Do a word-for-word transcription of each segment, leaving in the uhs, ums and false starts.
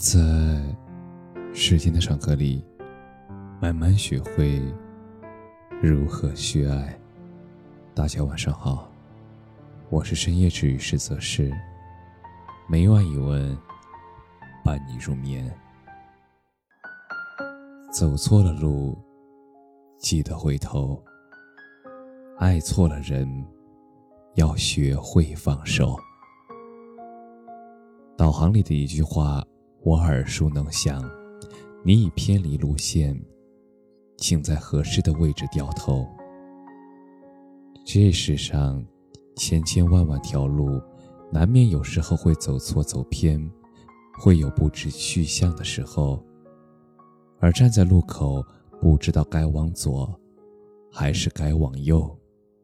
在时间的长河里，慢慢学会如何去爱。大家晚上好，我是深夜治愈师则是，每晚一问，伴你入眠。走错了路，记得回头；爱错了人，要学会放手。导航里的一句话我耳熟能详，你已偏离路线，请在合适的位置掉头。这世上千千万万条路，难免有时候会走错走偏，会有不知去向的时候，而站在路口不知道该往左还是该往右。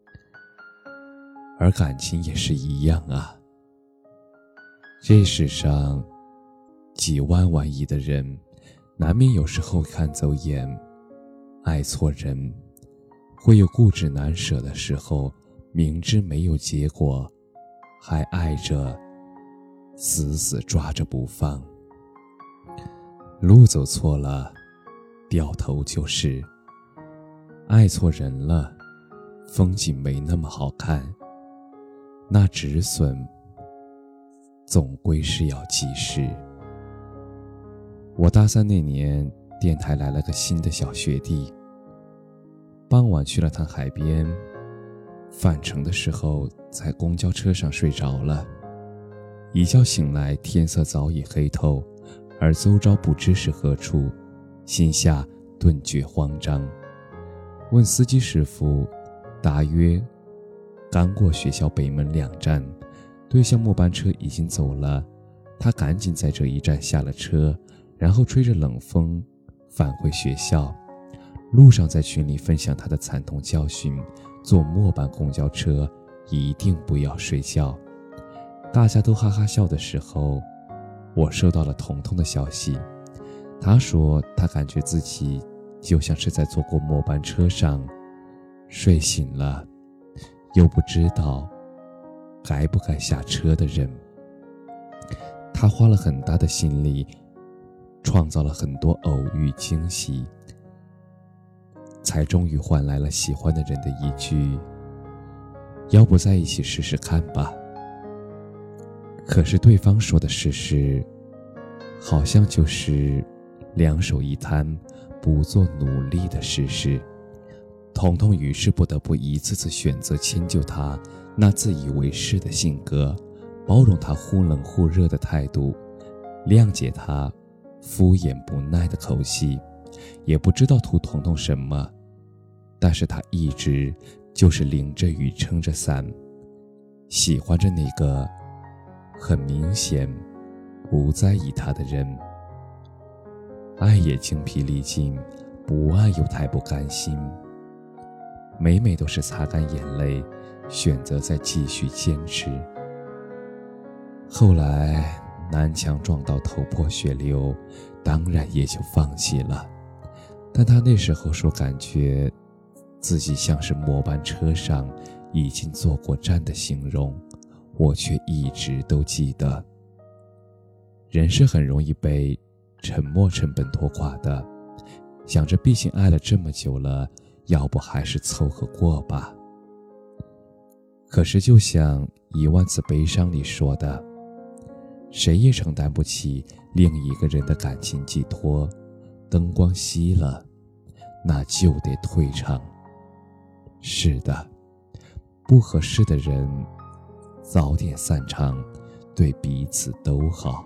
而感情也是一样啊，这世上几万万亿的人，难免有时候看走眼，爱错人，会有固执难舍的时候，明知没有结果，还爱着，死死抓着不放。路走错了，掉头就是；爱错人了，风景没那么好看，那止损总归是要及时。我大三那年，电台来了个新的小学弟。傍晚去了趟海边，返程的时候在公交车上睡着了，一觉醒来天色早已黑透，而周遭不知是何处，心下顿觉慌张。问司机师傅，大约刚过学校北门两站，对向末班车已经走了，他赶紧在这一站下了车，然后吹着冷风返回学校。路上在群里分享他的惨痛教训，坐末班公交车一定不要睡觉。大家都哈哈笑的时候，我收到了彤彤的消息。他说他感觉自己就像是在坐过末班车上睡醒了又不知道该不该下车的人。他花了很大的心力，创造了很多偶遇惊喜，才终于换来了喜欢的人的一句要不在一起试试看吧。可是对方说的试试好像就是两手一摊不做努力的试试。彤彤于是不得不一次次选择迁就他那自以为是的性格，包容他忽冷忽热的态度，谅解他敷衍不耐的口气，也不知道图彤彤什么，但是他一直就是淋着雨撑着伞，喜欢着那个很明显不在意他的人。爱也精疲力尽，不爱又太不甘心，每每都是擦干眼泪，选择再继续坚持。后来南墙撞到头破血流，当然也就放弃了。但他那时候说感觉自己像是末班车上已经坐过站的形容，我却一直都记得。人是很容易被沉没成本拖垮的，想着毕竟爱了这么久了，要不还是凑合过吧。可是就像一万次悲伤里说的，谁也承担不起另一个人的感情寄托，灯光熄了，那就得退场。是的，不合适的人早点散场，对彼此都好。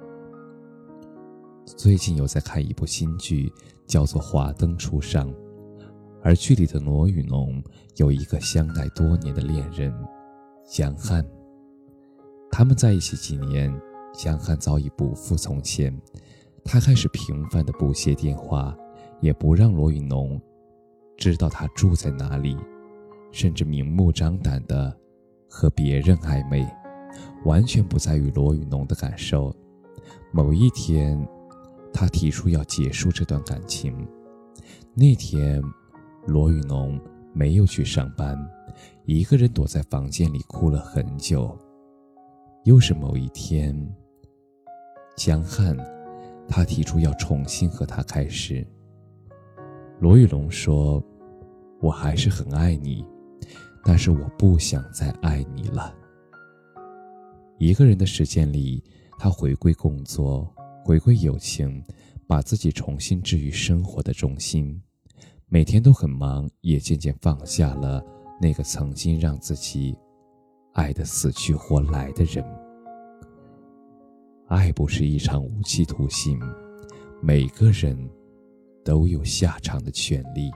最近有在看一部新剧，叫做《华灯初上》，而剧里的罗宇农有一个相爱多年的恋人江汉。他们在一起几年，江汉早已不复从前，他开始频繁的不接电话，也不让罗宇农知道他住在哪里，甚至明目张胆的和别人暧昧，完全不在于罗宇农的感受。某一天，他提出要结束这段感情。那天罗宇农没有去上班，一个人躲在房间里哭了很久。又是某一天，江汉他提出要重新和他开始。罗玉龙说，我还是很爱你，但是我不想再爱你了。一个人的时间里，他回归工作，回归友情，把自己重新置于生活的中心，每天都很忙，也渐渐放下了那个曾经让自己爱得死去活来的人。爱不是一场无期徒刑，每个人都有下场的权利。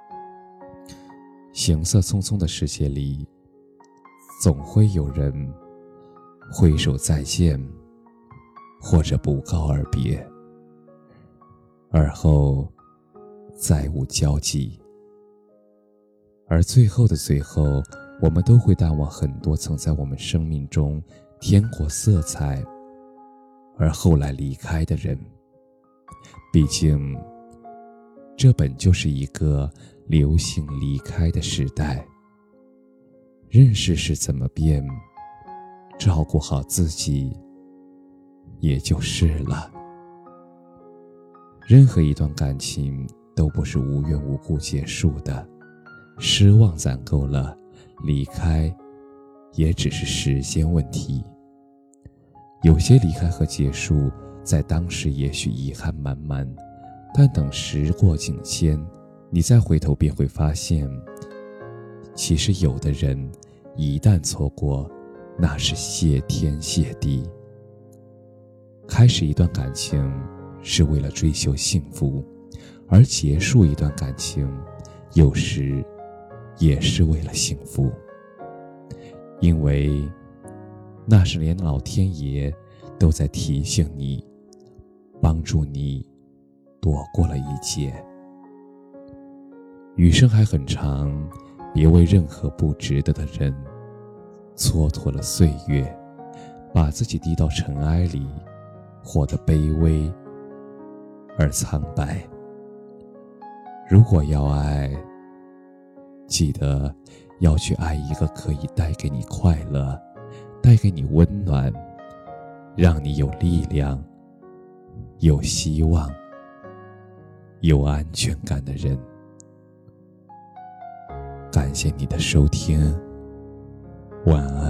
行色匆匆的世界里，总会有人挥手再见，或者不告而别，而后再无交集。而最后的最后，我们都会淡忘很多曾在我们生命中添过色彩而后来离开的人。毕竟这本就是一个流行离开的时代，认识是怎么变，照顾好自己也就是了。任何一段感情都不是无缘无故结束的，失望攒够了，离开也只是时间问题。有些离开和结束在当时也许遗憾满满，但等时过境迁，你再回头便会发现，其实有的人一旦错过，那是谢天谢地。开始一段感情是为了追求幸福，而结束一段感情有时也是为了幸福，因为那是连老天爷都在提醒你，帮助你躲过了一劫。余生还很长，别为任何不值得的人蹉跎了岁月，把自己低到尘埃里，活得卑微而苍白。如果要爱，记得要去爱一个可以带给你快乐，带给你温暖，让你有力量，有希望，有安全感的人。感谢你的收听，晚安。